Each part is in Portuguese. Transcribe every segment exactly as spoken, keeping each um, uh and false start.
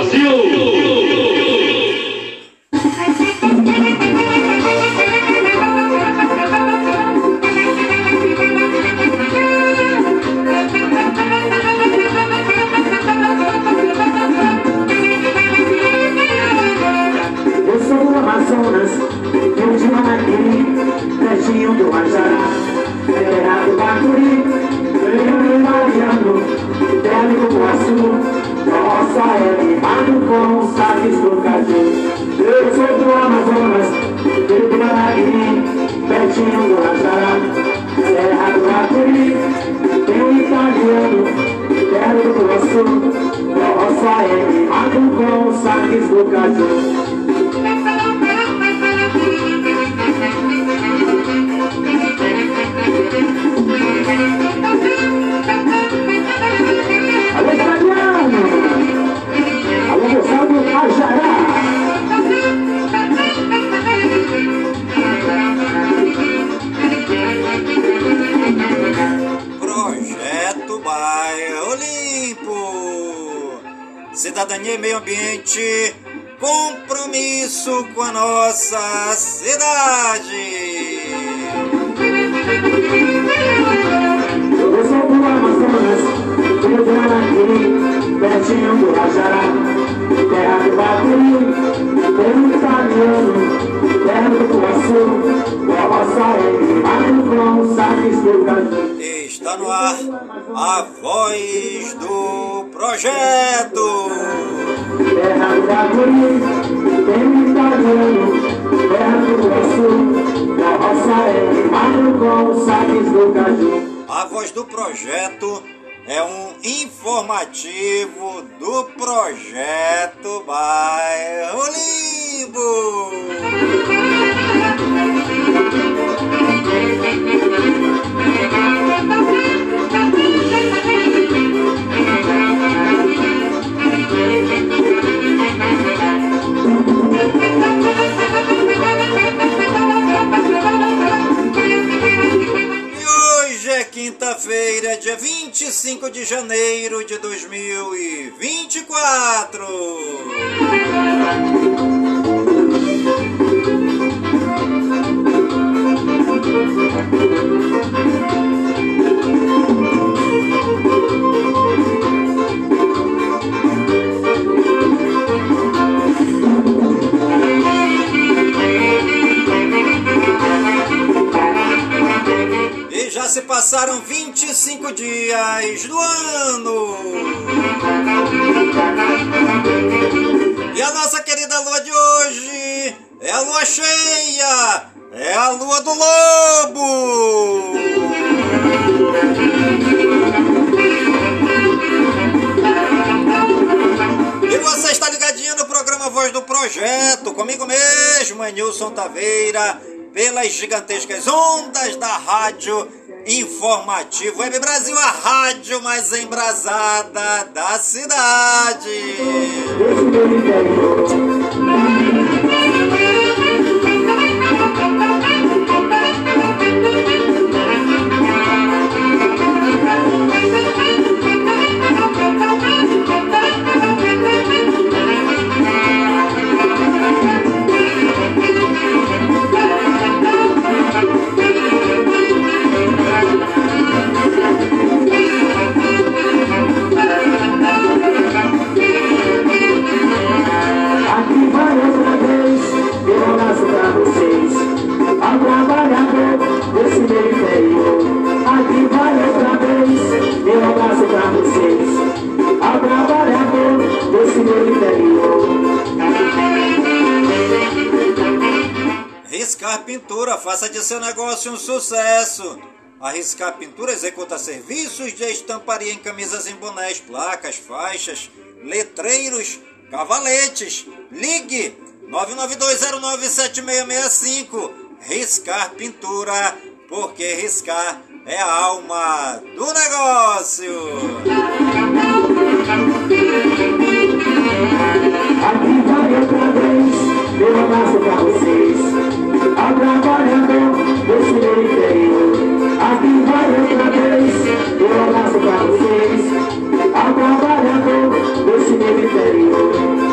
Brasil! Eu sou do Amazonas, eu de Manaquiri, pertinho do Ajará, terra do Bacuri, eu Mariano, terra do Guaçu, nossa é limado com os saques do caju. Eu sou do Amazonas, eu de Manaquiri, pertinho do Ajará, terra do Bacuri, eu italiano, terra do Guaçu, nossa é limado com os saques do caju. Alô, italiano! Alô, moçada do Ajará! Projeto Bairro Limpo. Cidadania e meio ambiente. Compromisso com a nossa cidade. Eu sou do Amazonas, filho do Manaquiri, pertinho do Ajará, terra do Bacuri, terra italiano, terra do Guaçu, nossa é limado com os saques do caju. Está no ar a voz do projeto. Terra do Bacuri, terra italiano, terra do Guaçu, nossa é limado com os saques do caju. A voz do projeto é um informativo do projeto Bairro Limpo. Hoje é quinta-feira, dia vinte e cinco de janeiro de dois mil e vinte e quatro. E já se passaram vinte e cinco dias do ano. E a nossa querida lua de hoje é a lua cheia, é a lua do lobo. E você está ligadinho no programa Voz do Projeto, comigo mesmo, é Nilson Taveira, pelas gigantescas ondas da Rádio Informativo Web Brasil, a rádio mais embrasada da cidade. Riscar Pintura, faça de seu negócio um sucesso. A Riscar Pintura executa serviços de estamparia em camisas e bonés, placas, faixas, letreiros, cavaletes. Ligue nove nove dois zero nove sete seis seis cinco. Riscar Pintura, porque riscar é a alma do negócio. Aqui vai outra vez, meu abraço pra vocês. A trabalhador desse meu interior. Aqui vai outra vez, meu abraço pra vocês. A trabalhador desse meu interior.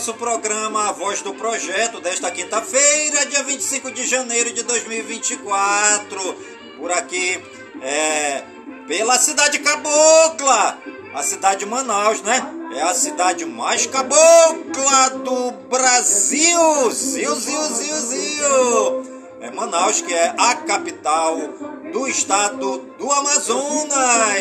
nosso programa A Voz do Projeto desta quinta-feira, dia vinte e cinco de janeiro de dois mil e vinte e quatro. Por aqui, é, pela cidade cabocla, a cidade de Manaus, né? É a cidade mais cabocla do Brasil. Ziu, ziu, ziu, ziu. É Manaus, que é a capital do estado do Amazonas.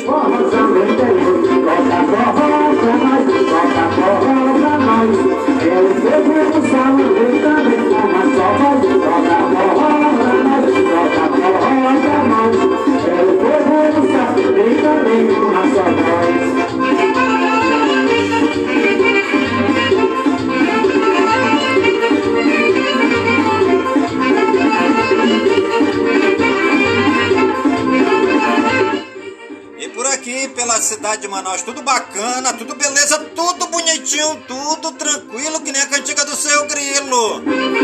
Pela cidade de Manaus, tudo bacana, tudo beleza, tudo bonitinho, tudo tranquilo, que nem a cantiga do seu grilo.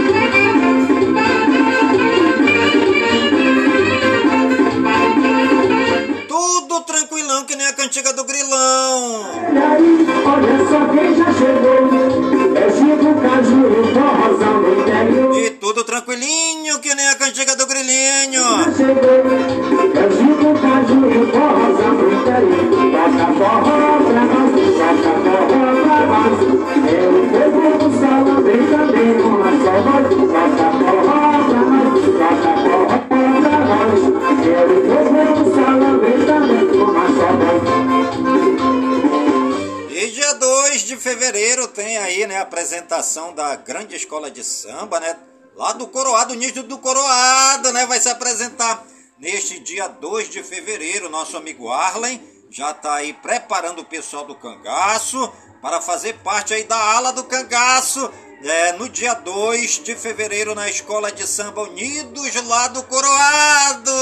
Tudo tranquilão, que nem a cantiga do grilão. E aí, olha só quem já chegou, é Chico Caju e o forrozão do interior. E tudo tranquilinho, que nem a cantiga do grilinho. Já chegou, é Chico Caju e o forrozão do interior. Toca forró pra nós, toca forró pra nós. É o povo do salão, vem também com a sua voz. Toca forró pra nós, toca forró pra nós. É o povo do salão, vem também com a sua voz. E dia dois de fevereiro tem aí, né, a apresentação da grande escola de samba, né? Lá do Coroado, o Nítido do Coroado, né? Vai se apresentar neste dia dois de fevereiro. Nosso amigo Arlen já está aí preparando o pessoal do Cangaço para fazer parte aí da ala do Cangaço, é, no dia dois de fevereiro na Escola de Samba Unidos lá do Coroado.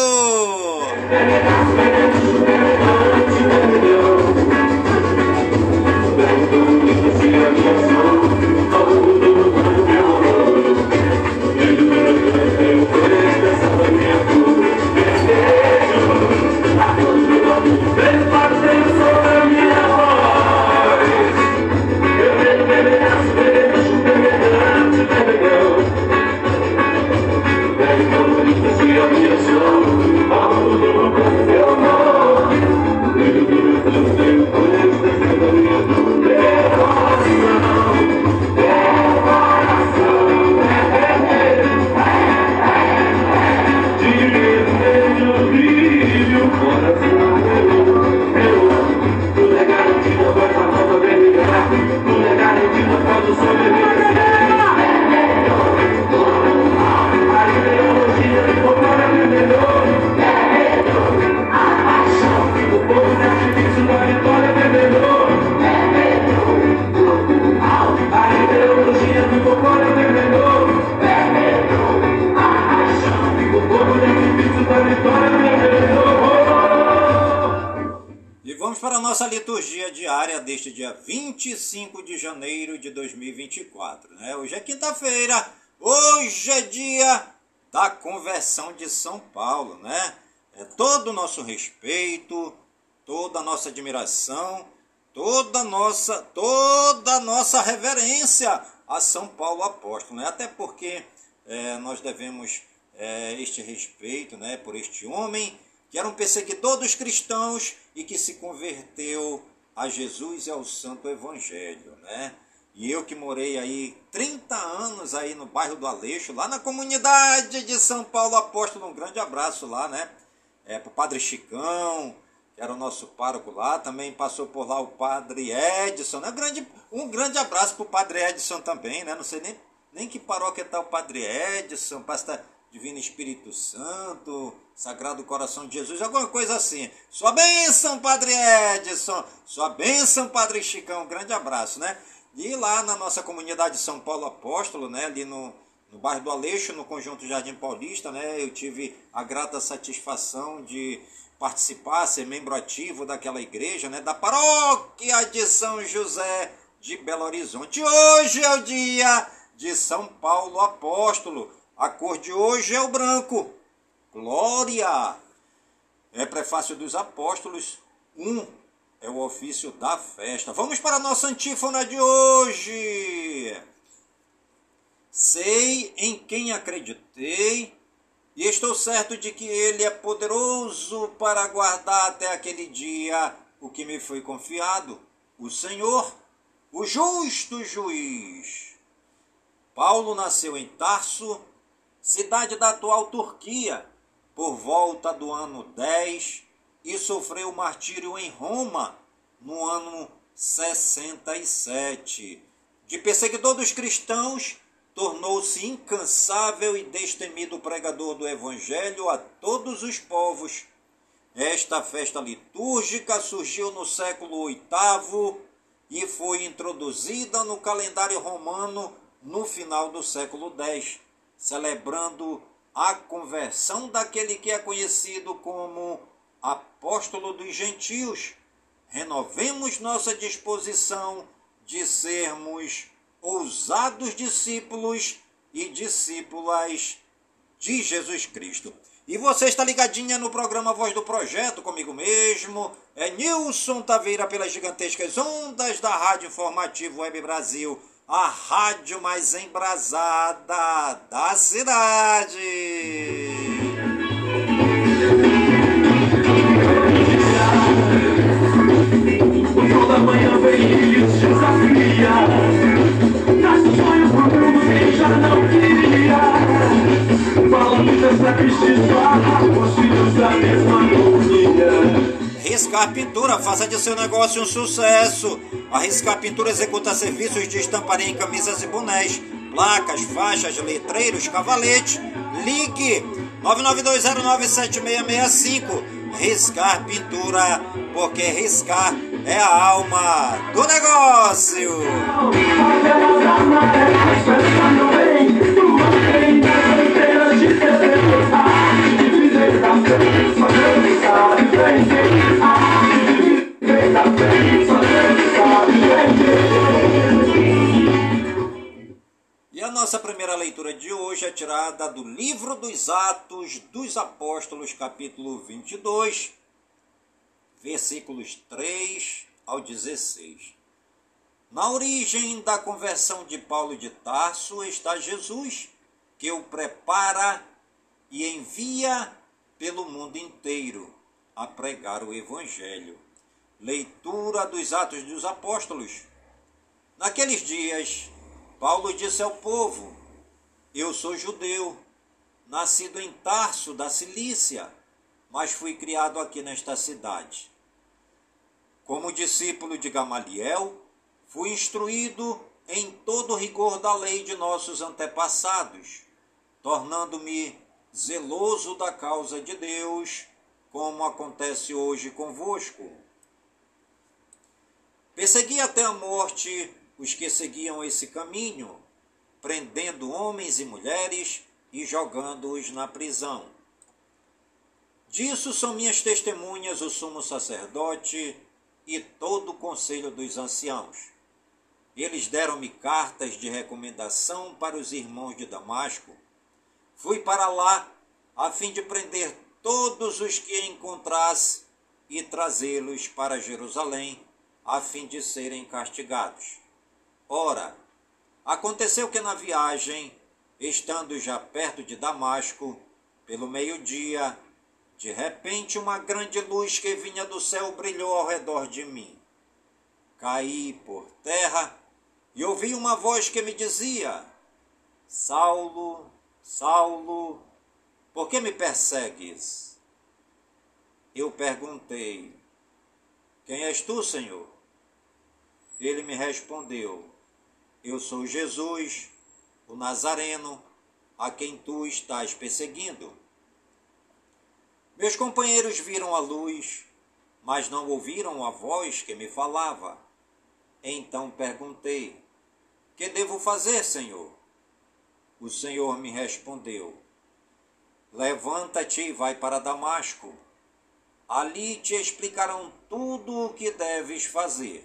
Para a nossa liturgia diária deste dia vinte e cinco de janeiro de dois mil e vinte e quatro, né? Hoje é quinta-feira, hoje é dia da conversão de São Paulo, né? É todo o nosso respeito, toda a nossa admiração, toda a nossa, toda a nossa reverência a São Paulo Apóstolo, né? Até porque é, nós devemos é, este respeito, né, por este homem que era um perseguidor dos cristãos e que se converteu a Jesus e ao Santo Evangelho, né? E eu que morei aí trinta anos aí no bairro do Aleixo, lá na comunidade de São Paulo Apóstolo, um grande abraço lá, né? É, para o Padre Chicão, que era o nosso pároco lá, também passou por lá o Padre Edson, né? Grande, um grande abraço para o Padre Edson também, né? Não sei nem, nem que paróquia está o Padre Edson, pastor Divino Espírito Santo, Sagrado Coração de Jesus, alguma coisa assim. Sua bênção, Padre Edson, sua bênção, Padre Chicão, um grande abraço, né? E lá na nossa comunidade de São Paulo Apóstolo, né, ali no, no bairro do Aleixo, no Conjunto Jardim Paulista, né, eu tive a grata satisfação de participar, ser membro ativo daquela igreja, né, da paróquia de São José de Belo Horizonte. Hoje é o dia de São Paulo Apóstolo. A cor de hoje é o branco. Glória! É Prefácio dos Apóstolos um, é o ofício da festa. Vamos para a nossa antífona de hoje. Sei em quem acreditei e estou certo de que ele é poderoso para guardar até aquele dia o que me foi confiado, o Senhor, o justo juiz. Paulo nasceu em Tarso, cidade da atual Turquia, por volta do ano dez, e sofreu martírio em Roma no ano sessenta e sete. De perseguidor dos cristãos, tornou-se incansável e destemido pregador do Evangelho a todos os povos. Esta festa litúrgica surgiu no século oitavo e foi introduzida no calendário romano no final do século dez, celebrando a conversão daquele que é conhecido como apóstolo dos gentios. Renovemos nossa disposição de sermos ousados discípulos e discípulas de Jesus Cristo. E você está ligadinha no programa Voz do Projeto, comigo mesmo, é Nilson Taveira, pelas gigantescas ondas da Rádio Informativo Web Brasil, a rádio mais embrasada da cidade. Toda manhã vem e os desafia. Traz um sonho pro mundo quem já não queria. Fala muitas sacrifícios, postos da mesma harmonia. Riscar Pintura, faça de seu negócio um sucesso. A Riscar Pintura executa serviços de estamparia em camisas e bonés, placas, faixas, letreiros, cavalete. Ligue nove nove dois zero nove sete seis seis cinco. Riscar Pintura, porque riscar é a alma do negócio. E a nossa primeira leitura de hoje é tirada do livro dos Atos dos Apóstolos, capítulo vinte e dois, versículos três ao dezesseis. Na origem da conversão de Paulo de Tarso está Jesus, que o prepara e envia pelo mundo inteiro a pregar o Evangelho. Leitura dos Atos dos Apóstolos. Naqueles dias, Paulo disse ao povo: Eu sou judeu, nascido em Tarso, da Cilícia, mas fui criado aqui nesta cidade. Como discípulo de Gamaliel, fui instruído em todo o rigor da lei de nossos antepassados, tornando-me zeloso da causa de Deus, como acontece hoje convosco. Persegui até a morte os que seguiam esse caminho, prendendo homens e mulheres e jogando-os na prisão. Disso são minhas testemunhas o sumo sacerdote e todo o conselho dos anciãos. Eles deram-me cartas de recomendação para os irmãos de Damasco. Fui para lá a fim de prender todos os que encontrasse e trazê-los para Jerusalém, a fim de serem castigados. Ora, aconteceu que na viagem, estando já perto de Damasco, pelo meio-dia, de repente uma grande luz que vinha do céu brilhou ao redor de mim. Caí por terra e ouvi uma voz que me dizia: Saulo, Saulo, por que me persegues? Eu perguntei: Quem és tu, Senhor? Ele me respondeu: Eu sou Jesus, o Nazareno, a quem tu estás perseguindo. Meus companheiros viram a luz, mas não ouviram a voz que me falava. Então perguntei: Que devo fazer, Senhor? O Senhor me respondeu: Levanta-te e vai para Damasco. Ali te explicarão tudo o que deves fazer.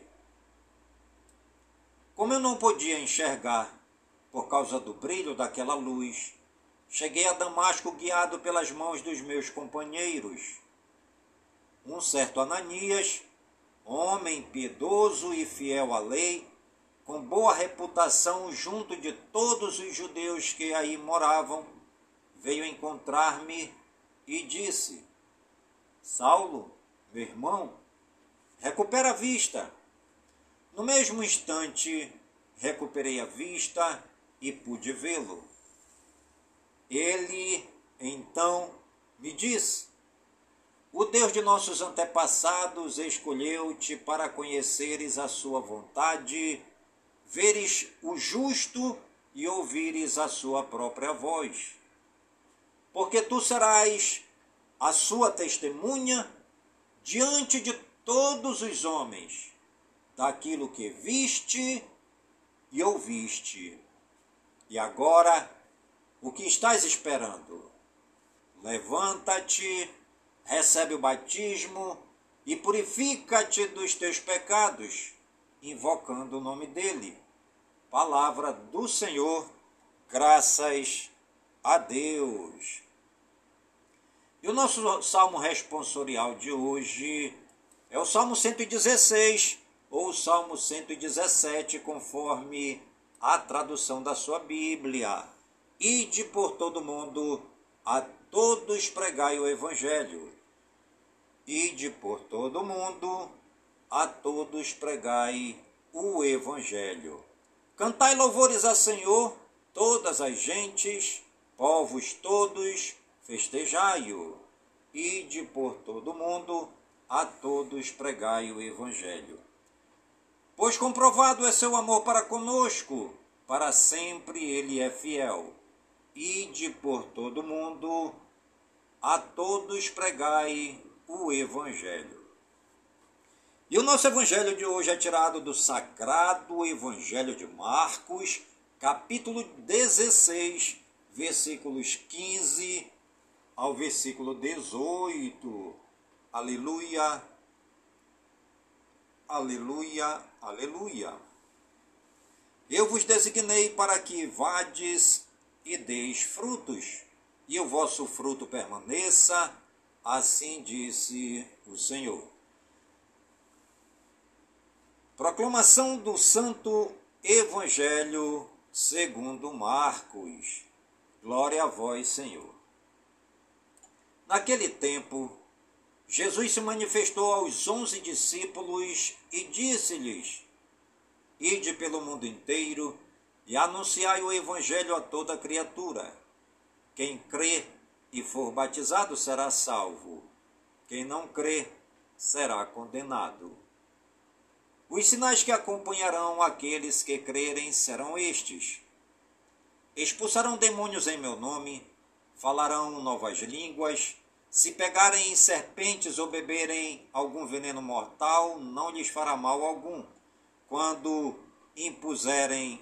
Como eu não podia enxergar por causa do brilho daquela luz, cheguei a Damasco guiado pelas mãos dos meus companheiros. Um certo Ananias, homem piedoso e fiel à lei, com boa reputação junto de todos os judeus que aí moravam, veio encontrar-me e disse: Saulo, meu irmão, recupera a vista. No mesmo instante, recuperei a vista e pude vê-lo. Ele, então, me disse: O Deus de nossos antepassados escolheu-te para conheceres a sua vontade, veres o justo e ouvires a sua própria voz. Porque tu serás a sua testemunha diante de todos os homens, daquilo que viste e ouviste. E agora, o que estás esperando? Levanta-te, recebe o batismo e purifica-te dos teus pecados, invocando o nome dele. Palavra do Senhor, graças a Deus. E o nosso salmo responsorial de hoje é o Salmo cento e dezesseis, ou o Salmo cento e dezessete, conforme a tradução da sua Bíblia. Ide por todo mundo, a todos pregai o Evangelho. Ide por todo mundo, a todos pregai o Evangelho. Cantai louvores a Senhor, todas as gentes, povos todos, festejai-o. Ide por todo mundo, a todos pregai o Evangelho. Pois comprovado é seu amor para conosco, para sempre ele é fiel. Ide por todo mundo, a todos pregai o Evangelho. E o nosso Evangelho de hoje é tirado do Sagrado Evangelho de Marcos, capítulo dezesseis, versículos quinze ao versículo dezoito. Aleluia, aleluia, aleluia. Eu vos designei para que vades e deis frutos, e o vosso fruto permaneça, assim disse o Senhor. Proclamação do Santo Evangelho segundo Marcos. Glória a vós, Senhor. Naquele tempo, Jesus se manifestou aos onze discípulos e disse-lhes: Ide pelo mundo inteiro e anunciai o Evangelho a toda criatura. Quem crê e for batizado será salvo. Quem não crê será condenado. Os sinais que acompanharão aqueles que crerem serão estes: expulsarão demônios em meu nome, falarão novas línguas, se pegarem em serpentes ou beberem algum veneno mortal, não lhes fará mal algum. Quando impuserem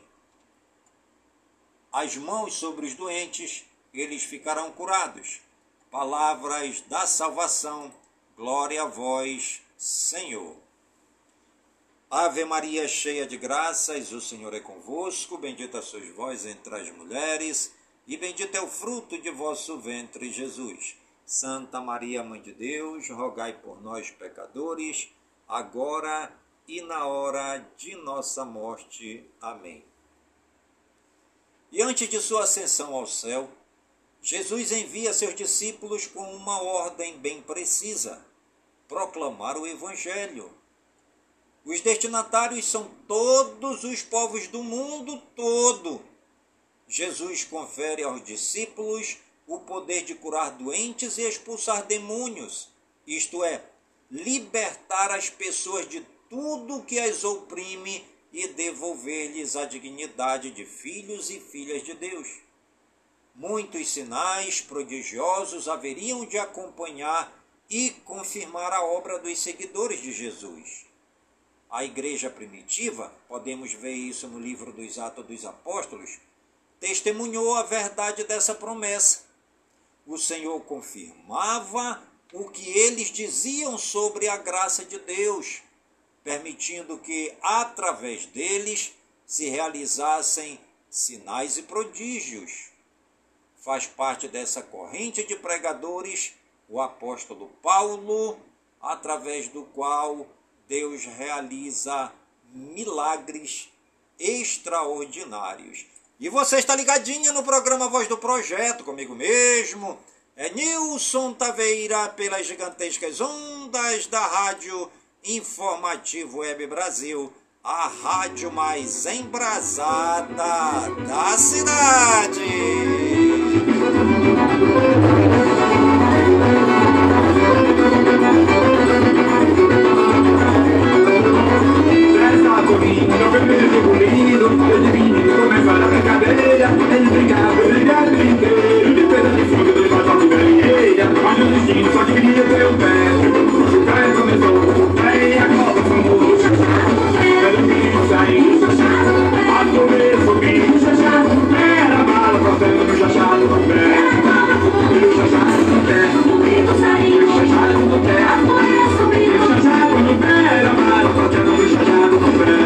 as mãos sobre os doentes, eles ficarão curados. Palavras da salvação, glória a vós, Senhor. Ave Maria, cheia de graças, o Senhor é convosco, bendita sois vós entre as mulheres, e bendito é o fruto de vosso ventre, Jesus. Santa Maria, Mãe de Deus, rogai por nós, pecadores, agora e na hora de nossa morte. Amém. E antes de sua ascensão ao céu, Jesus envia seus discípulos com uma ordem bem precisa: proclamar o Evangelho. Os destinatários são todos os povos do mundo todo. Jesus confere aos discípulos o poder de curar doentes e expulsar demônios, isto é, libertar as pessoas de tudo que as oprime e devolver-lhes a dignidade de filhos e filhas de Deus. Muitos sinais prodigiosos haveriam de acompanhar e confirmar a obra dos seguidores de Jesus. A igreja primitiva, podemos ver isso no livro dos Atos dos Apóstolos, testemunhou a verdade dessa promessa. O Senhor confirmava o que eles diziam sobre a graça de Deus, permitindo que, através deles, se realizassem sinais e prodígios. Faz parte dessa corrente de pregadores o apóstolo Paulo, através do qual Deus realiza milagres extraordinários. E você está ligadinha no programa Voz do Projeto, comigo mesmo. É Nilson Taveira, pelas gigantescas ondas da Rádio Informativo Web Brasil, a rádio mais embrasada da cidade. Presta comigo, meu vermelho bonito, eu divino começar a brincadeira. Ele brincava, eu brigava o dia inteiro, de pena de fundo, de baixo de galinheira. Mas o destino só queria ver o pé. O pé começou, o pé e a copa famoso. Pelo que saiu, a comer subiu. Era a bala cortando no chachado do pé. E o chachado no pé, e o chachado no pé. E o chachado no pé, era a bala cortando no chachado do pé.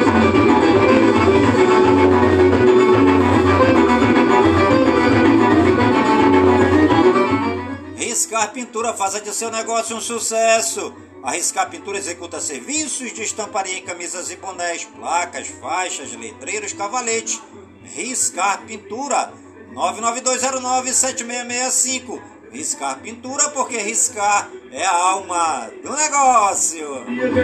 Riscar Pintura, faça de seu negócio um sucesso. A Riscar Pintura executa serviços de estamparia em camisas e bonés, placas, faixas, letreiros, cavaletes. Riscar Pintura, nove nove dois zero nove sete seis seis cinco. Riscar Pintura, porque riscar é a alma do negócio.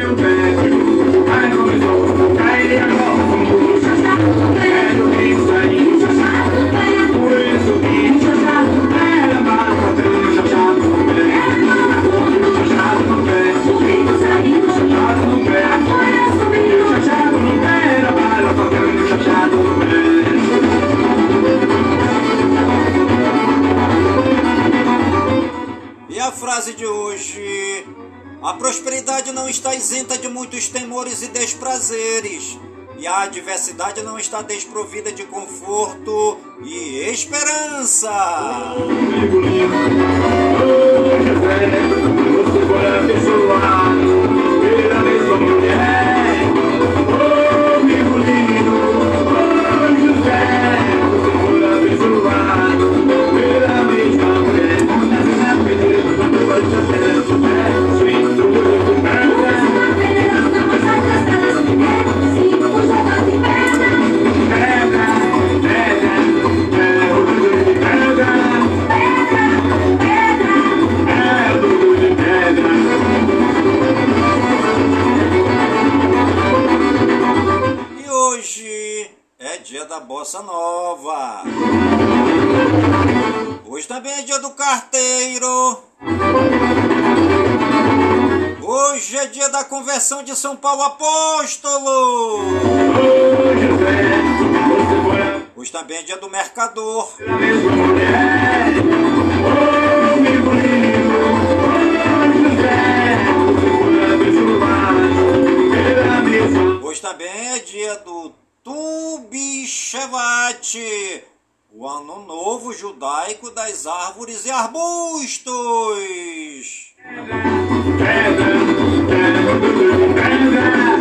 E a frase de hoje: a prosperidade não está isenta de muitos temores e desprazeres, e a adversidade não está desprovida de conforto e esperança. Amigo lindo, oh José, você foi abençoado pela mesma mulher. Oh amigo lindo, oh José, você foi abençoado pela mesma mulher. Na pedreira do vai José, José, sem dúvida do nada. Na pedreira do vai José, cinco jogadas de pedra. Pedra, pedra, é o dedo de pedra. É o dedo de pedra. E hoje é dia da Bossa Nova. Hoje também é dia do carteiro. Hoje é dia da conversão de São Paulo Apóstolo. Hoje também é dia do mercador. Hoje também é dia do Tu Bishevat, o ano novo judaico das árvores e arbustos. Pedra, pedra, pedra,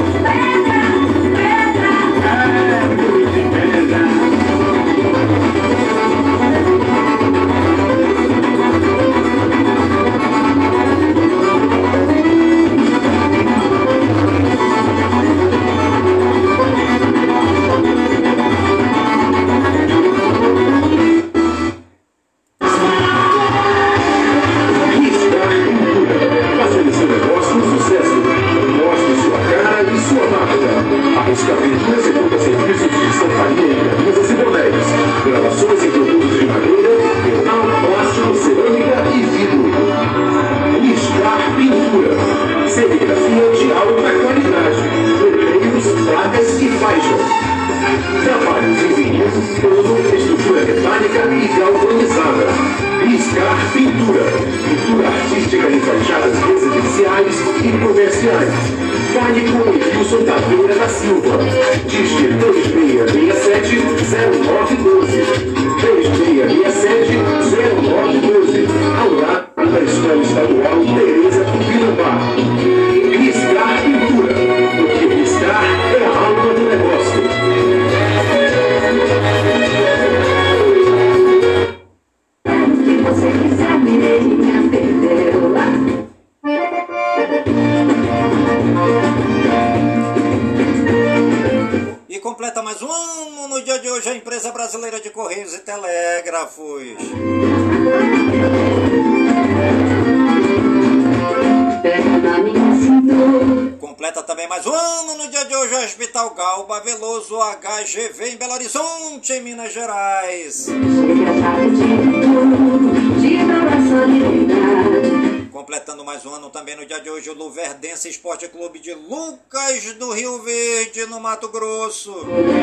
Riscar Pintura executa serviços de estamparia em camisas e bonés, gravações em produtos de madeira, metal, plástico, cerâmica e vidro. Riscar Pintura, serigrafia de alta qualidade, letreiros, placas e faixas. Trabalhos em vinil, todo, estrutura metálica e galvanizada. Riscar Pintura, pintura artística em fachadas residenciais e comerciais. Fale com o Edilson Taveira da Silva. Disque três seis seis sete zero nove um dois. três seis seis sete zero nove um dois. Ao lado da Escola Estadual Tereza Tupinambá. Riscar Pintura, porque riscar é a alma do negócio. Se você quiser, mineirinha, perdeu lá. mais um ano no dia de hoje a empresa brasileira de Correios e Telégrafos. Completa também mais um ano no dia de hoje o Hospital Galba Veloso H G V em Belo Horizonte, em Minas Gerais. Completando mais um ano também no dia de hoje o Luverdense Esporte Clube de Lucas do Rio Verde, no Mato Grosso.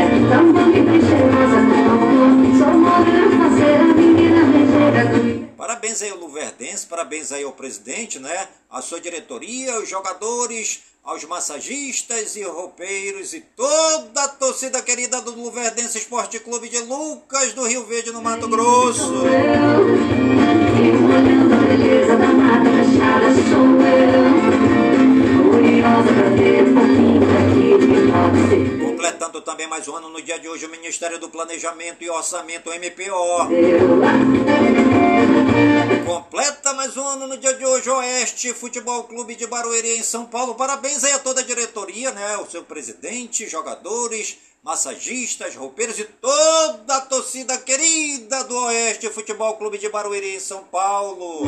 Parabéns aí ao Luverdense, parabéns aí ao presidente, né? A sua diretoria, os jogadores, aos massagistas e roupeiros e toda a torcida querida do Luverdense Esporte Clube de Lucas do Rio Verde, no Mato Grosso. Completando também mais um ano no dia de hoje o Ministério do Planejamento e Orçamento, M P O. Completa mais um ano no dia de hoje o Oeste Futebol Clube de Barueri, em São Paulo. Parabéns aí a toda a diretoria, né? O seu presidente, jogadores, massagistas, roupeiros e toda a torcida querida do Oeste Futebol Clube de Barueri, em São Paulo.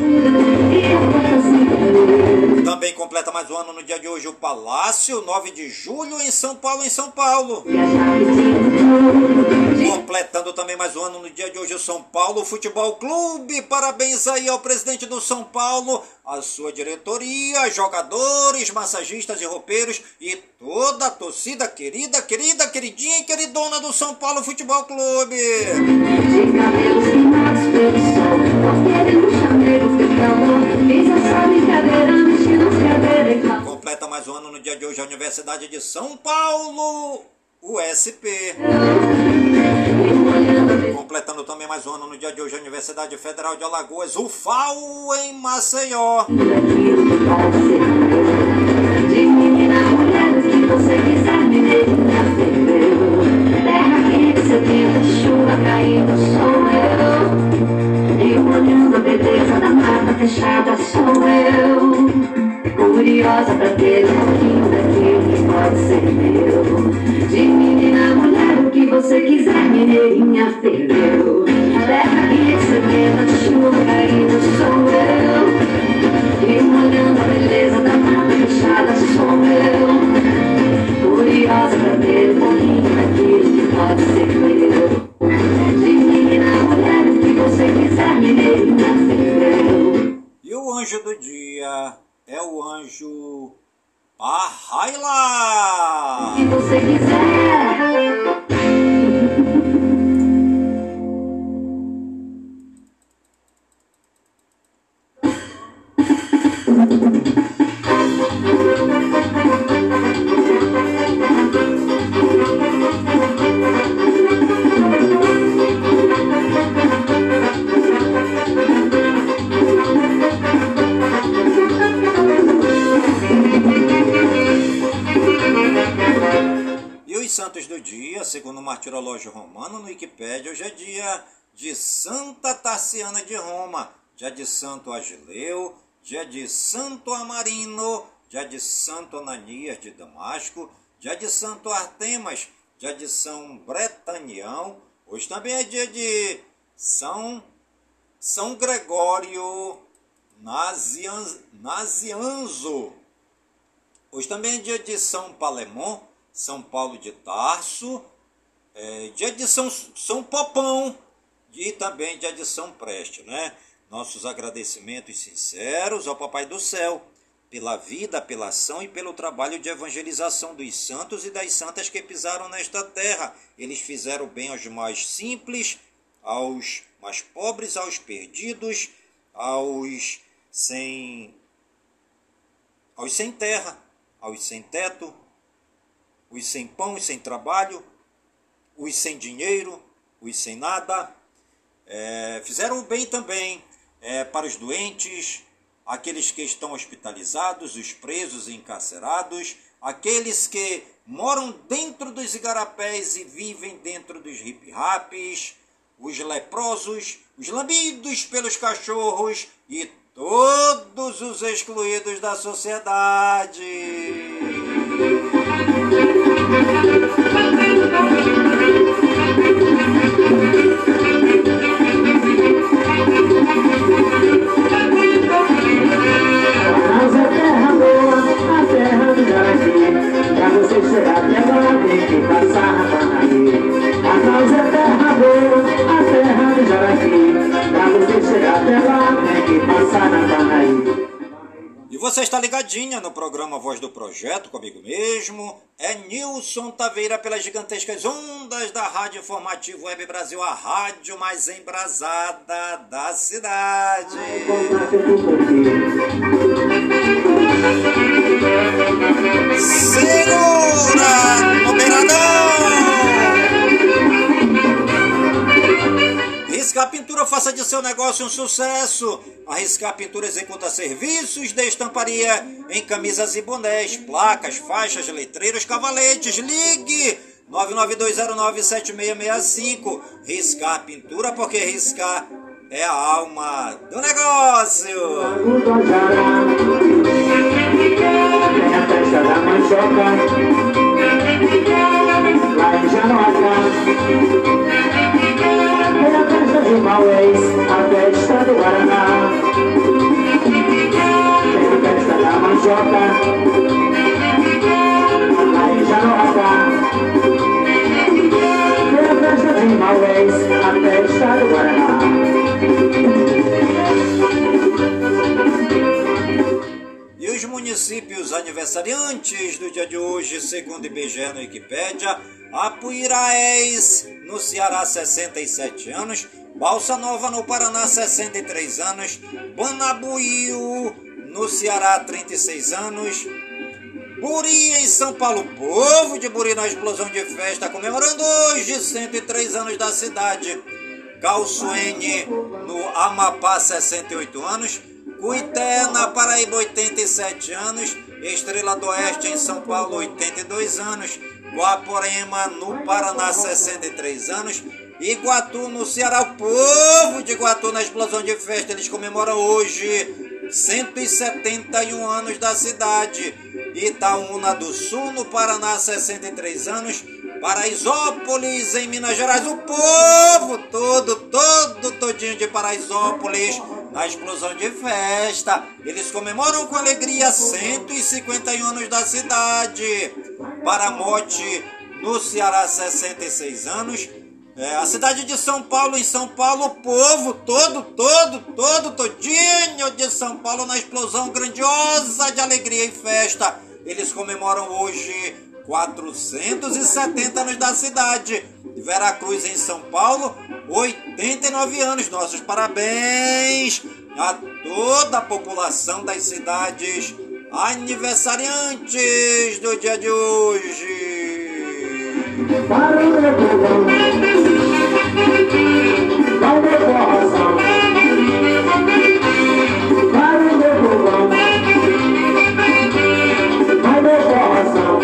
Também completa mais um ano no dia de hoje o Palácio, nove de julho, em São Paulo, em São Paulo. Completando também mais um ano no dia de hoje o São Paulo Futebol Clube. Parabéns aí ao presidente do São Paulo, a sua diretoria, jogadores, massagistas e roupeiros e toda a torcida querida, querida, queridinha e queridona do São Paulo Futebol Clube. Completa mais um ano no dia de hoje a Universidade de São Paulo, U S P. Completando também mais um ano no dia de hoje a Universidade Federal de Alagoas, U F A O, em Maceió. De menina, mulher, o que você quiser, menina, terra quente, sedenta, chuva caindo, sou eu. E olhando a beleza da mata fechada, sou eu. Curiosa pra ter um pouquinho daquilo que pode ser meu. De menina, mulher, o que você quiser, mineirinha, ferveu. Terra quente, sedenta, chuva caindo, sou eu. E olhando a beleza da mata fechada, sou eu. Curiosa pra ter um pouquinho daquilo que pode ser meu. De menina, mulher, o que você quiser, mineirinha, ferveu. E o anjo do dia é o anjo Arraila. Se você quiser. Santos do dia, segundo o martirológio romano no Wikipédia, hoje é dia de Santa Tarciana de Roma, dia de Santo Agileu, dia de Santo Amarino, dia de Santo Ananias de Damasco, dia de Santo Artemas, dia de São Bretanião, hoje também é dia de São, São Gregório Nazian, Nazianzo, hoje também é dia de São Palemon, São Paulo de Tarso, é, dia de São, São Popão e também dia de São Preste, né? Nossos agradecimentos sinceros ao Papai do Céu pela vida, pela ação e pelo trabalho de evangelização dos santos e das santas que pisaram nesta terra. Eles fizeram bem aos mais simples, aos mais pobres, aos perdidos, aos sem, aos sem terra, aos sem teto, os sem pão, os sem trabalho, os sem dinheiro, os sem nada. É, fizeram o bem também é, para os doentes, aqueles que estão hospitalizados, os presos e encarcerados, aqueles que moram dentro dos igarapés e vivem dentro dos hip-raps, os leprosos, os lambidos pelos cachorros e todos os excluídos da sociedade. dançar na Bahia. E você está ligadinha no programa Voz do Projeto, comigo mesmo, é Nilson Taveira, pelas gigantescas ondas da Rádio Informativo Web Brasil, a rádio mais embrasada da cidade. Segura, operador! Riscar Pintura, faça de seu negócio um sucesso. A Riscar Pintura executa serviços de estamparia em camisas e bonés, placas, faixas, letreiros, cavaletes. Ligue nove nove dois zero nove sete seis seis cinco. Riscar Pintura, porque riscar é a alma do negócio. Tem a festa da mandioca lá em Janoca. Tem a festa de Maués, a festa do Guaraná. Tem a festa da mandioca lá em Janoca. Tem a festa de Maués, a festa do Guaraná. E os municípios aniversariantes do dia de hoje, segundo o I B G E na Wikipédia: Apuiraés, no Ceará, sessenta e sete anos, Balsa Nova, no Paraná, sessenta e três anos, Banabuiú, no Ceará, trinta e seis anos, Buri, em São Paulo, povo de Buri na explosão de festa, comemorando hoje cento e três anos da cidade, Calçoene, no Amapá, sessenta e oito anos, Cuité, na Paraíba, oitenta e sete anos, Estrela do Oeste, em São Paulo, oitenta e dois anos, Guaporema, no Paraná, sessenta e três anos, Iguatu, no Ceará, o povo de Iguatu na explosão de festa, eles comemoram hoje cento e setenta e um anos da cidade, Itaúna do Sul, no Paraná, sessenta e três anos, Paraisópolis, em Minas Gerais, o povo todo, todo, todinho de Paraisópolis, na explosão de festa, eles comemoram com alegria cento e cinquenta e um anos da cidade. Paramote, no Ceará, sessenta e seis anos, é, a cidade de São Paulo, em São Paulo, o povo todo, todo, todo, todinho de São Paulo, na explosão grandiosa de alegria e festa, eles comemoram hoje quatrocentos e setenta anos da cidade. Veracruz, em São Paulo, oitenta e nove anos. Nossos parabéns a toda a população das cidades aniversariantes do dia de hoje. Para o meu povão, para o meu coração, para o meu povão, para o meu coração.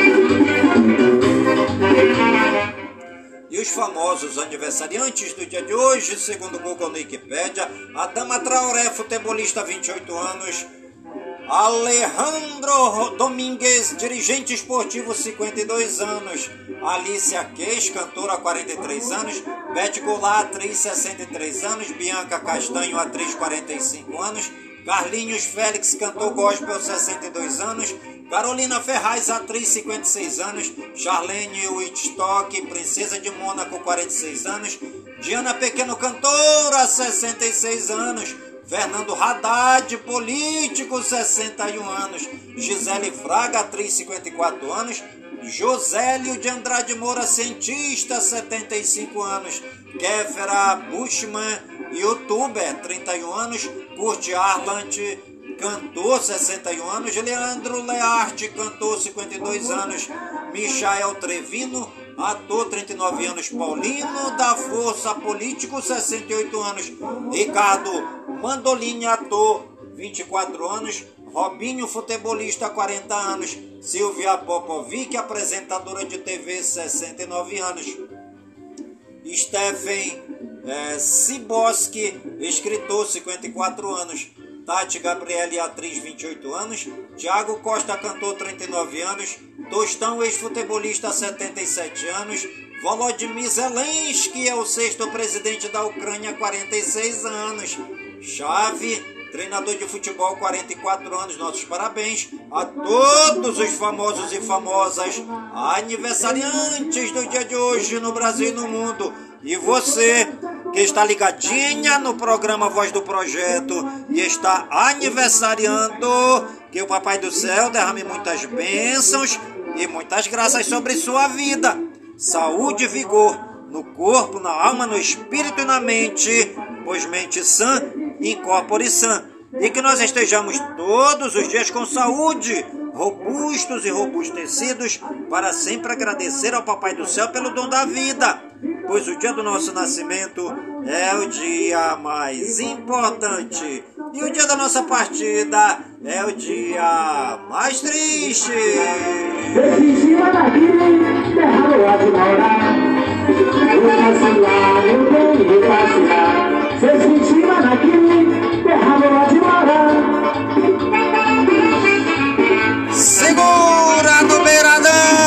E os famosos aniversariantes do dia de hoje, segundo o Google na Wikipédia: Adama Traoré, futebolista, vinte e oito anos, Alejandro Domingues, dirigente esportivo, cinquenta e dois anos, Alicia Keys, cantora, quarenta e três anos, Beth Goulart, atriz, sessenta e três anos, Bianca Castanho, atriz, quarenta e cinco anos, Carlinhos Félix, cantor gospel, sessenta e dois anos, Carolina Ferraz, atriz, cinquenta e seis anos, Charlene Whitstock, princesa de Mônaco, quarenta e seis anos, Diana Pequeno, cantora, sessenta e seis anos, Fernando Haddad, político, sessenta e um anos, Gisele Fraga, atriz, cinquenta e quatro anos, Josélio de Andrade Moura, cientista, setenta e cinco anos, Kéfera Bushman, youtuber, trinta e um anos, Kurt Arlant, cantor, sessenta e um anos, Leandro Learte, cantor, cinquenta e dois anos, Michael Trevino, ator, trinta e nove anos, Paulino da Força, político, sessenta e oito anos, Ricardo Mandolini, ator, vinte e quatro anos, Robinho, futebolista, quarenta anos, Silvia Popovic, apresentadora de T V, sessenta e nove anos, Stephen é, Siboski, escritor, cinquenta e quatro anos, Tati Gabriele, atriz, vinte e oito anos, Thiago Costa, cantor, trinta e nove anos, Tostão, ex-futebolista, setenta e sete anos, Volodymyr Zelensky, é o sexto presidente da Ucrânia, quarenta e seis anos, Xavi, treinador de futebol, quarenta e quatro anos. Nossos parabéns a todos os famosos e famosas aniversariantes do dia de hoje no Brasil e no mundo. E você que está ligadinha no programa Voz do Projeto e está aniversariando. Que o Papai do Céu derrame muitas bênçãos e muitas graças sobre sua vida. Saúde e vigor no corpo, na alma, no espírito e na mente, pois mente sã, incorpore sã. E que nós estejamos todos os dias com saúde, robustos e robustecidos, para sempre agradecer ao Papai do Céu pelo dom da vida, pois o dia do nosso nascimento é o dia mais importante e o dia da nossa partida é o dia mais triste. Segura no beiradão!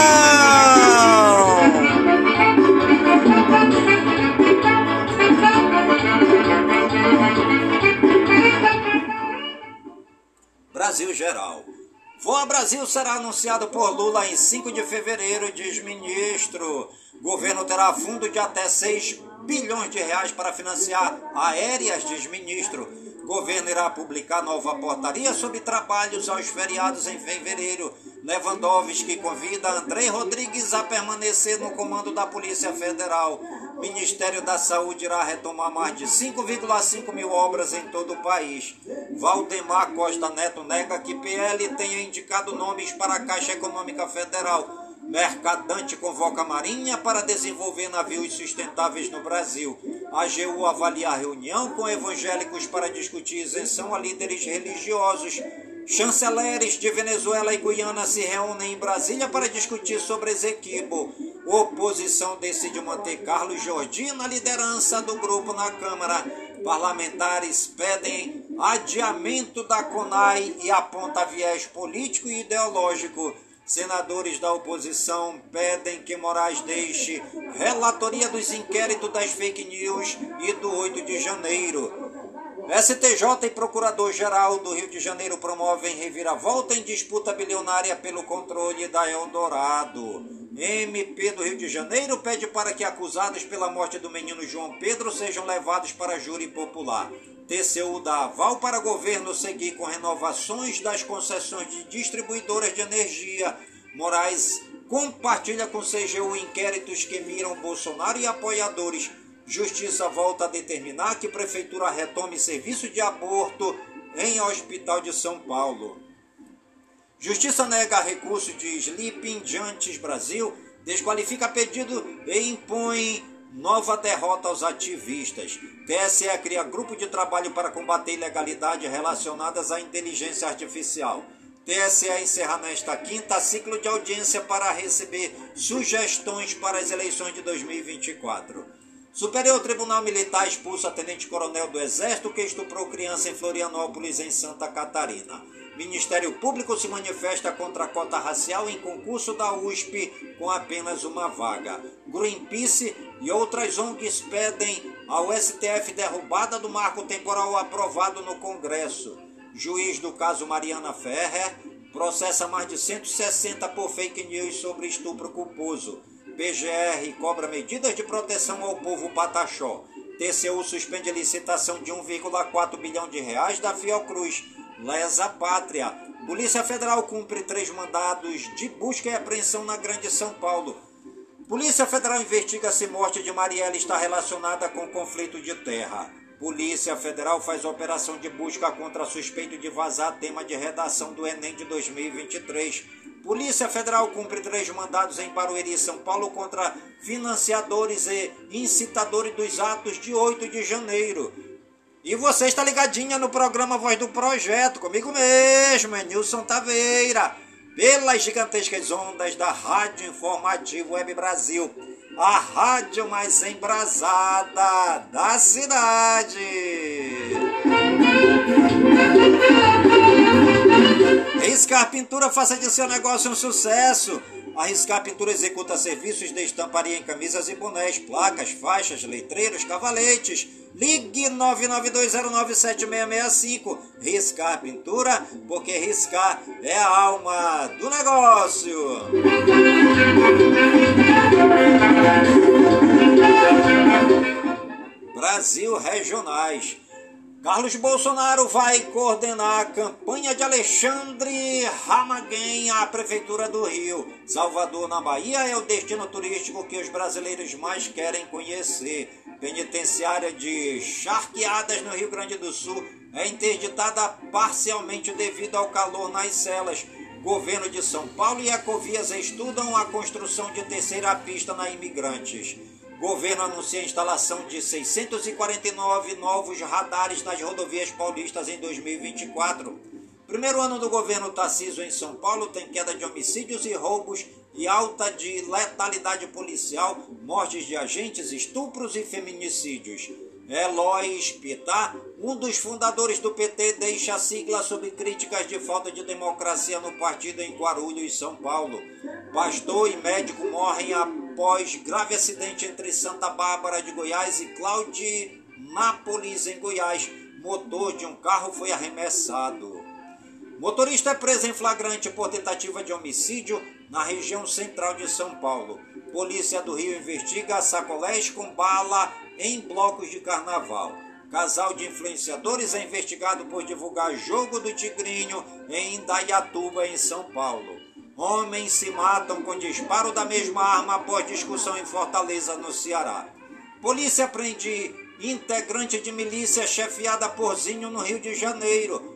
Brasil Geral. Voa Brasil será anunciado por Lula em cinco de fevereiro, diz ministro. Governo terá fundo de até seis bilhões de reais para financiar aéreas, diz ministro. Governo irá publicar nova portaria sobre trabalhos aos feriados em fevereiro. Lewandowski convida Andrei Rodrigues a permanecer no comando da Polícia Federal. Ministério da Saúde irá retomar mais de cinco vírgula cinco mil obras em todo o país. Valdemar Costa Neto nega que P L tenha indicado nomes para a Caixa Econômica Federal. Mercadante convoca a Marinha para desenvolver navios sustentáveis no Brasil. A A G U avalia a reunião com evangélicos para discutir isenção a líderes religiosos. Chanceleres de Venezuela e Guiana se reúnem em Brasília para discutir sobre Esequibo. Oposição decide manter Carlos Jordi na liderança do grupo na Câmara. Parlamentares pedem adiamento da CONAI e aponta viés político e ideológico. Senadores da oposição pedem que Moraes deixe relatoria dos inquéritos das fake news e do oito de janeiro. S T J e Procurador-Geral do Rio de Janeiro promovem reviravolta em disputa bilionária pelo controle da Eldorado. M P do Rio de Janeiro pede para que acusados pela morte do menino João Pedro sejam levados para júri popular. T C U dá aval para governo seguir com renovações das concessões de distribuidoras de energia. Moraes compartilha com C G U inquéritos que miram Bolsonaro e apoiadores. Justiça volta a determinar que Prefeitura retome serviço de aborto em Hospital de São Paulo. Justiça nega recurso de Sleeping Giants Brasil, desqualifica pedido e impõe nova derrota aos ativistas. T S E cria grupo de trabalho para combater ilegalidades relacionadas à inteligência artificial. T S E encerra nesta quinta ciclo de audiência para receber sugestões para as eleições de dois mil e vinte e quatro. Superior Tribunal Militar expulsa tenente-coronel do Exército que estuprou criança em Florianópolis, em Santa Catarina. Ministério Público se manifesta contra a cota racial em concurso da U S P com apenas uma vaga. Greenpeace e outras O N Gs pedem ao S T F derrubada do marco temporal aprovado no Congresso. Juiz do caso Mariana Ferrer processa mais de cento e sessenta por fake news sobre estupro culposo. P G R cobra medidas de proteção ao povo pataxó. T C U suspende licitação de um vírgula quatro bilhão de reais da Fiocruz. Lesa Pátria. Polícia Federal cumpre três mandados de busca e apreensão na Grande São Paulo. Polícia Federal investiga se morte de Marielle está relacionada com conflito de terra. Polícia Federal faz operação de busca contra suspeito de vazar tema de redação do Enem de dois mil e vinte e três. Polícia Federal cumpre três mandados em Barueri, São Paulo, contra financiadores e incitadores dos atos de oito de janeiro. E você está ligadinha no programa Voz do Projeto, comigo mesmo, é Nilson Taveira, pelas gigantescas ondas da Rádio Informativo Web Brasil, a rádio mais embrasada da cidade. Riscar Pintura, faça de seu negócio um sucesso. A Riscar Pintura executa serviços de estamparia em camisas e bonés, placas, faixas, letreiros, cavaletes. Ligue nove nove dois zero nove sete seis seis cinco. Riscar Pintura, porque riscar é a alma do negócio. Brasil Regionais. Carlos Bolsonaro vai coordenar a campanha de Alexandre Ramagem à Prefeitura do Rio. Salvador, na Bahia, é o destino turístico que os brasileiros mais querem conhecer. Penitenciária de Charqueadas, no Rio Grande do Sul, é interditada parcialmente devido ao calor nas celas. Governo de São Paulo e Ecovias estudam a construção de terceira pista na Imigrantes. Governo anuncia a instalação de seiscentos e quarenta e nove novos radares nas rodovias paulistas em dois mil e vinte e quatro. Primeiro ano do governo Tarcísio em São Paulo tem queda de homicídios e roubos e alta de letalidade policial, mortes de agentes, estupros e feminicídios. Eloy Pitar, um dos fundadores do P T, deixa a sigla sob críticas de falta de democracia no partido em Guarulhos, São Paulo. Pastor e médico morrem após grave acidente entre Santa Bárbara de Goiás e Claudinópolis, em Goiás. Motor de um carro foi arremessado. Motorista é preso em flagrante por tentativa de homicídio na região central de São Paulo. Polícia do Rio investiga sacolés com bala em blocos de carnaval. Casal de influenciadores é investigado por divulgar jogo do Tigrinho em Indaiatuba, em São Paulo. Homens se matam com disparo da mesma arma após discussão em Fortaleza, no Ceará. Polícia prende integrante de milícia chefiada por Zinho, no Rio de Janeiro.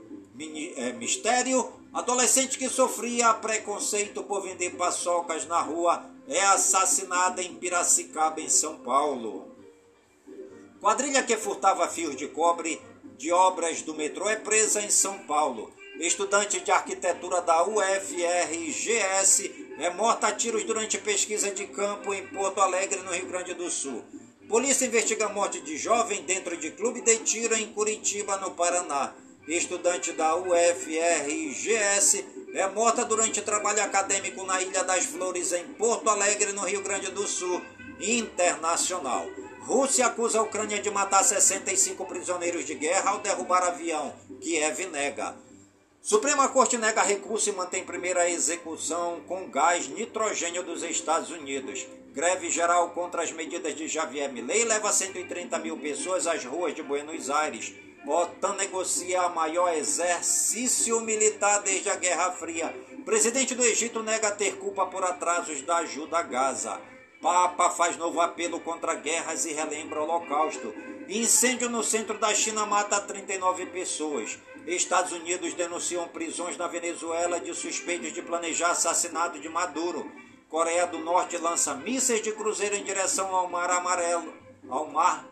Mistério: adolescente que sofria preconceito por vender paçocas na rua é assassinada em Piracicaba, em São Paulo. Quadrilha que furtava fios de cobre de obras do metrô é presa em São Paulo. Estudante de arquitetura da U F R G S é morta a tiros durante pesquisa de campo em Porto Alegre, no Rio Grande do Sul. Polícia investiga a morte de jovem dentro de clube de tiro em Curitiba, no Paraná. Estudante da U F R G S é morta durante trabalho acadêmico na Ilha das Flores, em Porto Alegre, no Rio Grande do Sul. Internacional. Rússia acusa a Ucrânia de matar sessenta e cinco prisioneiros de guerra ao derrubar avião. Kiev nega. Suprema Corte nega recurso e mantém primeira execução com gás nitrogênio dos Estados Unidos. Greve geral contra as medidas de Javier Milei leva cento e trinta mil pessoas às ruas de Buenos Aires. OTAN negocia a maior exercício militar desde a Guerra Fria. Presidente do Egito nega ter culpa por atrasos da ajuda a Gaza. Papa faz novo apelo contra guerras e relembra o Holocausto. Incêndio no centro da China mata trinta e nove pessoas. Estados Unidos denunciam prisões na Venezuela de suspeitos de planejar assassinato de Maduro. Coreia do Norte lança mísseis de cruzeiro em direção ao Mar Amarelo. Ao Mar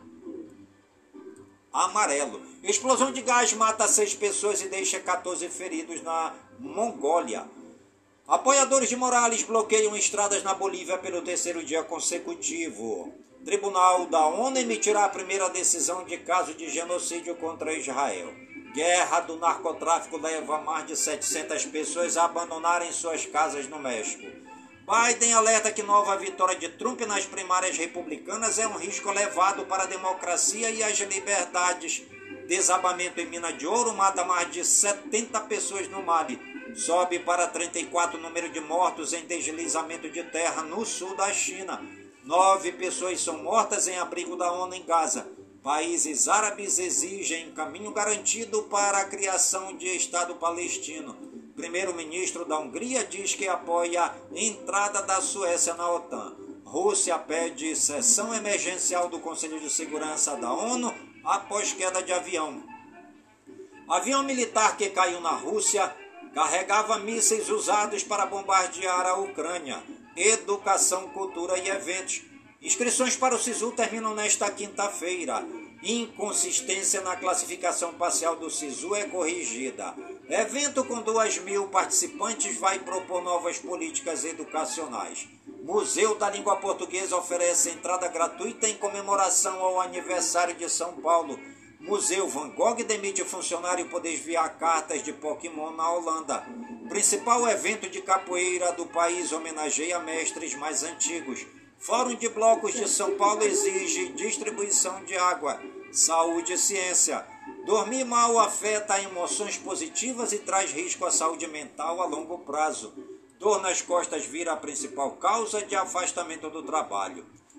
Amarelo. Explosão de gás mata seis pessoas e deixa quatorze feridos na Mongólia. Apoiadores de Morales bloqueiam estradas na Bolívia pelo terceiro dia consecutivo. Tribunal da ONU emitirá a primeira decisão de caso de genocídio contra Israel. Guerra do narcotráfico leva mais de setecentas pessoas a abandonarem suas casas no México. Biden alerta que nova vitória de Trump nas primárias republicanas é um risco elevado para a democracia e as liberdades. Desabamento em mina de ouro mata mais de setenta pessoas no Mali. Sobe para trinta e quatro o número de mortos em deslizamento de terra no sul da China. Nove pessoas são mortas em abrigo da ONU em Gaza. Países árabes exigem caminho garantido para a criação de Estado palestino. Primeiro-ministro da Hungria diz que apoia a entrada da Suécia na OTAN. Rússia pede sessão emergencial do Conselho de Segurança da ONU após queda de avião. Avião militar que caiu na Rússia carregava mísseis usados para bombardear a Ucrânia. Educação, cultura e eventos. Inscrições para o SISU terminam nesta quinta-feira. Inconsistência na classificação parcial do SISU é corrigida. Evento com duas mil participantes vai propor novas políticas educacionais. Museu da Língua Portuguesa oferece entrada gratuita em comemoração ao aniversário de São Paulo. Museu Van Gogh demite funcionário por desviar cartas de Pokémon na Holanda. Principal evento de capoeira do país homenageia mestres mais antigos. Fórum de Blocos de São Paulo exige distribuição de água. Saúde e ciência. Dormir mal afeta emoções positivas e traz risco à saúde mental a longo prazo. Dor nas costas vira a principal causa de afastamento do trabalho.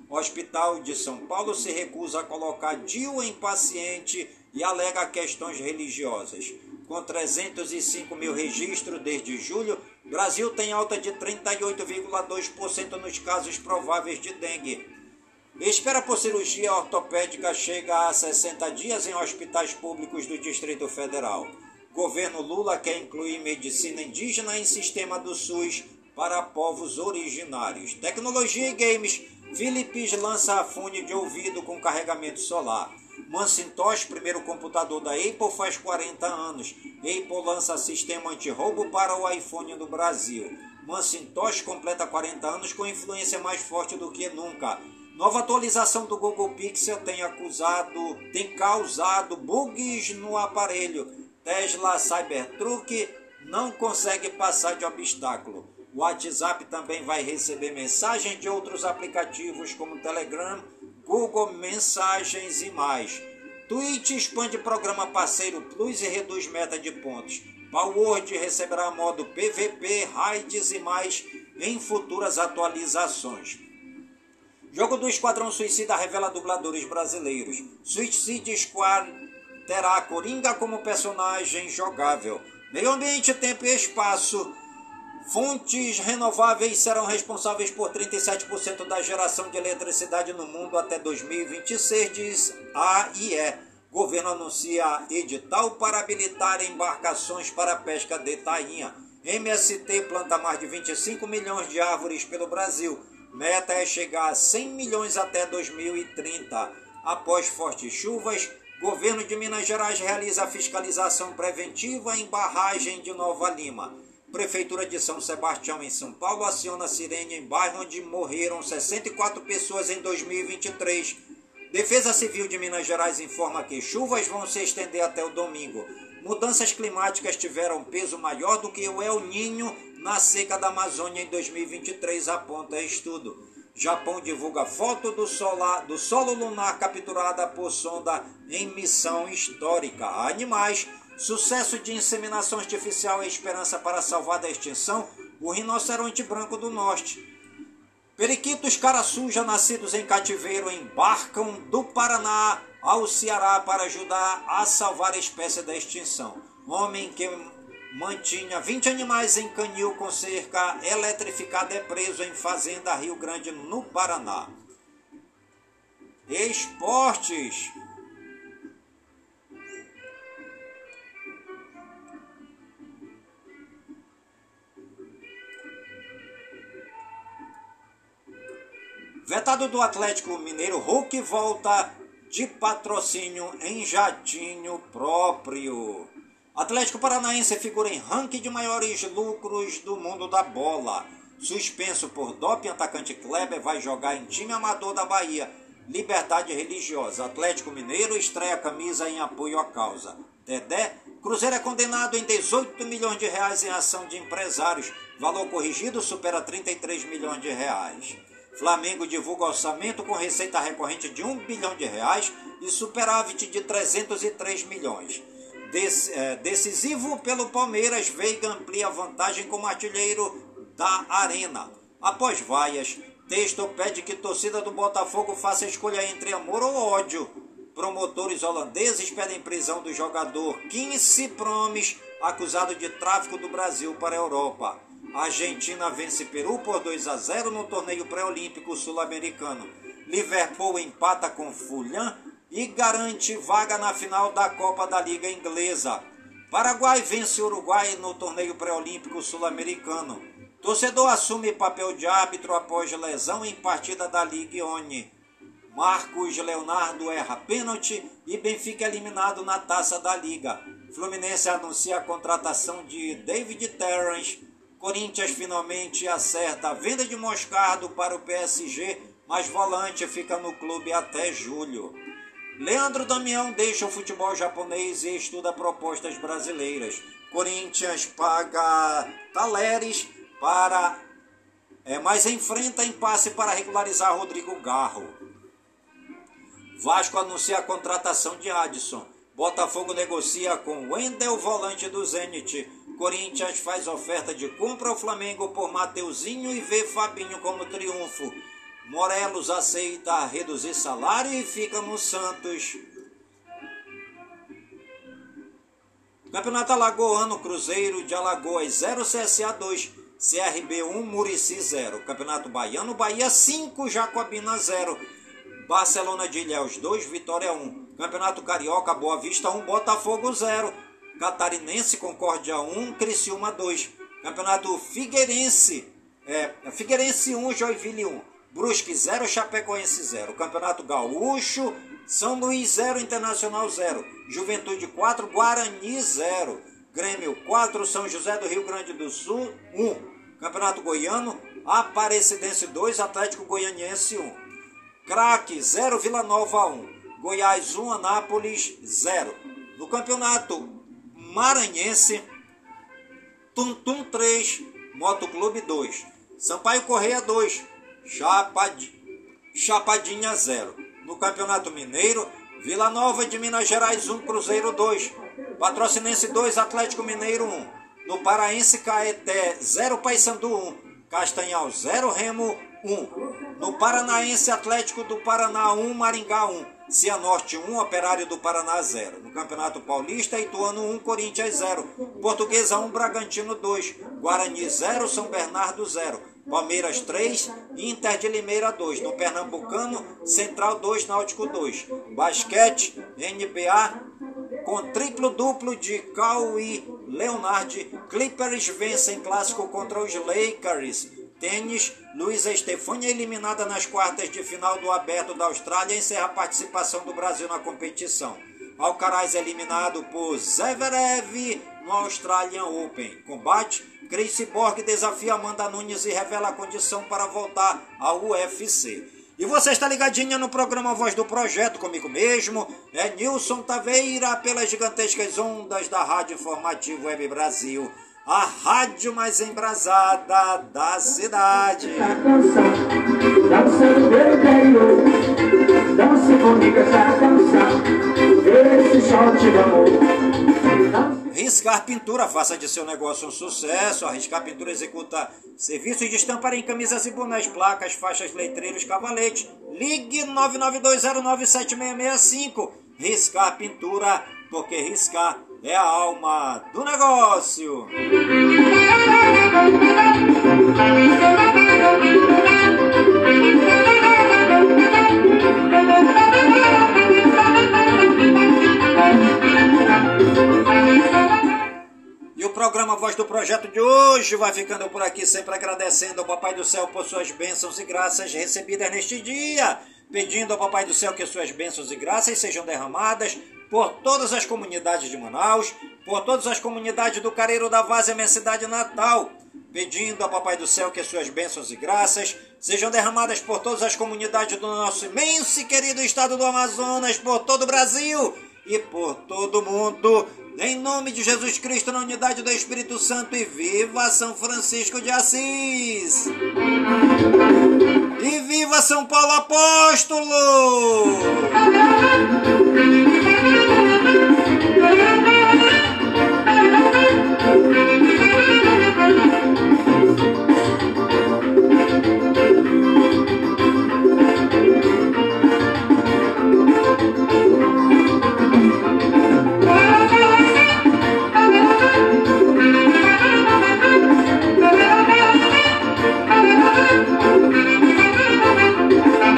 O Hospital de São Paulo se recusa a colocar D I U em paciente e alega questões religiosas. Com trezentos e cinco mil registros desde julho, Brasil tem alta de trinta e oito vírgula dois por cento nos casos prováveis de dengue. Espera por cirurgia ortopédica chega a sessenta dias em hospitais públicos do Distrito Federal. Governo Lula quer incluir medicina indígena em sistema do SUS para povos originários. Tecnologia e games. Philips lança fone de ouvido com carregamento solar. Macintosh, primeiro computador da Apple, faz quarenta anos. Apple lança sistema anti-roubo para o iPhone no Brasil. Macintosh completa quarenta anos com influência mais forte do que nunca. Nova atualização do Google Pixel tem, acusado, tem causado bugs no aparelho. Tesla Cybertruck não consegue passar de obstáculo. O WhatsApp também vai receber mensagens de outros aplicativos como Telegram, Google Mensagens e mais. Twitch expande programa parceiro Plus e reduz meta de pontos. Palworld receberá modo P V P, raids e mais em futuras atualizações. Jogo do Esquadrão Suicida revela dubladores brasileiros. Suicide Squad terá Coringa como personagem jogável. Meio ambiente, tempo e espaço. Fontes renováveis serão responsáveis por trinta e sete por cento da geração de eletricidade no mundo até dois mil e vinte e seis, diz A I E. Governo anuncia edital para habilitar embarcações para a pesca de tainha. M S T planta mais de vinte e cinco milhões de árvores pelo Brasil. Meta é chegar a cem milhões até dois mil e trinta. Após fortes chuvas, governo de Minas Gerais realiza a fiscalização preventiva em barragem de Nova Lima. Prefeitura de São Sebastião, em São Paulo, aciona sirene em bairro onde morreram sessenta e quatro pessoas em dois mil e vinte e três. Defesa Civil de Minas Gerais informa que chuvas vão se estender até o domingo. Mudanças climáticas tiveram peso maior do que o El Niño na seca da Amazônia em dois mil e vinte e três, aponta estudo. Japão divulga foto do, solar, do solo lunar capturada por sonda em missão histórica. Animais. Sucesso de inseminação artificial é esperança para salvar da extinção o rinoceronte branco do norte. Periquitos cara suja nascidos em cativeiro embarcam do Paraná ao Ceará para ajudar a salvar a espécie da extinção. Homem que mantinha vinte animais em canil com cerca eletrificada é preso em fazenda Rio Grande, no Paraná. Esportes. Vetado do Atlético Mineiro, Hulk volta de patrocínio em jatinho próprio. Atlético Paranaense figura em ranking de maiores lucros do mundo da bola. Suspenso por doping, atacante Kleber vai jogar em time amador da Bahia. Liberdade religiosa. Atlético Mineiro estreia camisa em apoio à causa. Dedé, Cruzeiro é condenado em dezoito milhões de reais em ação de empresários. Valor corrigido supera trinta e três milhões de reais. Flamengo divulga orçamento com receita recorrente de um bilhão de reais e superávit de trezentos e três milhões. Dec, é, decisivo pelo Palmeiras, Veiga amplia vantagem como artilheiro da Arena. Após vaias, texto pede que torcida do Botafogo faça escolha entre amor ou ódio. Promotores holandeses pedem prisão do jogador Quincy Promes, acusado de tráfico do Brasil para a Europa. A Argentina vence Peru por dois a zero no torneio pré-olímpico sul-americano. Liverpool empata com Fulham e garante vaga na final da Copa da Liga Inglesa. Paraguai vence Uruguai no torneio pré-olímpico sul-americano. Torcedor assume papel de árbitro após lesão em partida da Ligue One. Marcos Leonardo erra pênalti e Benfica eliminado na Taça da Liga. Fluminense anuncia a contratação de David Terrence. Corinthians finalmente acerta a venda de Moscardo para o P S G, mas volante fica no clube até julho. Leandro Damião deixa o futebol japonês e estuda propostas brasileiras. Corinthians paga Taleres para, é, mas enfrenta impasse para regularizar Rodrigo Garro. Vasco anuncia a contratação de Adson. Botafogo negocia com Wendel, volante do Zenit. Corinthians faz oferta de compra ao Flamengo por Mateuzinho e vê Fabinho como triunfo. Morelos aceita reduzir salário e fica no Santos. Campeonato Alagoano, Cruzeiro de Alagoas zero, C S A dois, C R B um, Murici zero. Campeonato Baiano, Bahia cinco, Jacobina zero. Barcelona de Ilhéus dois, Vitória um. Campeonato Carioca, Boa Vista um, Botafogo zero. Catarinense, Concórdia um, Criciúma dois. Campeonato Figueirense, é, Figueirense um, Joinville um. Brusque zero, Chapecoense zero. Campeonato Gaúcho, São Luís zero, Internacional zero. Juventude quatro, Guarani zero. Grêmio quatro, São José do Rio Grande do Sul um. Campeonato Goiano, Aparecidense dois, Atlético Goianiense um. Craque zero, Vila Nova um. Goiás um, Anápolis zero. No Campeonato Maranhense, Tum-Tum três, Motoclube dois. Sampaio Correia dois, Chapad... Chapadinha zero. No Campeonato Mineiro, Vila Nova de Minas Gerais um, Cruzeiro dois. Patrocinense dois, Atlético Mineiro um. No Paraense, Caeté zero, Paysandu um. Castanhal zero, Remo um. No Paranaense, Atlético do Paraná um, Maringá um. Cianorte um, Operário do Paraná zero. No Campeonato Paulista, Ituano um, Corinthians zero. Portuguesa um, Bragantino dois. Guarani zero, São Bernardo zero. Palmeiras três, Inter de Limeira dois. No Pernambucano, Central dois, Náutico dois. Basquete, N B A, com triplo duplo de Kawhi Leonard, Clippers vencem clássico contra os Lakers. Tênis, Luísa Stefânia eliminada nas quartas de final do Aberto da Austrália encerra a participação do Brasil na competição. Alcaraz eliminado por Zverev no Australian Open. Combate, Chris Borg desafia Amanda Nunes e revela a condição para voltar ao U F C. E você está ligadinha no programa Voz do Projeto, comigo mesmo, é Nilson Taveira, pelas gigantescas ondas da Rádio Informativo Web Brasil, a rádio mais embrasada da cidade. Dançando pelo interior, dança comigo essa canção, esse shot de amor. Riscar Pintura, faça de seu negócio um sucesso. A Riscar Pintura executa serviços de estamparia em camisas e bonés, placas, faixas, letreiros, cavalete. Ligue nove nove dois zero nove sete seis seis cinco. Riscar Pintura, porque riscar é a alma do negócio. E o programa Voz do Projeto de hoje vai ficando por aqui, sempre agradecendo ao Papai do Céu por suas bênçãos e graças recebidas neste dia, pedindo ao Papai do Céu que suas bênçãos e graças sejam derramadas por todas as comunidades de Manaus, por todas as comunidades do Careiro da Várzea, minha cidade natal, pedindo ao Papai do Céu que suas bênçãos e graças sejam derramadas por todas as comunidades do nosso imenso e querido estado do Amazonas, por todo o Brasil e por todo o mundo. Em nome de Jesus Cristo, na unidade do Espírito Santo, e viva São Francisco de Assis! E viva São Paulo Apóstolo!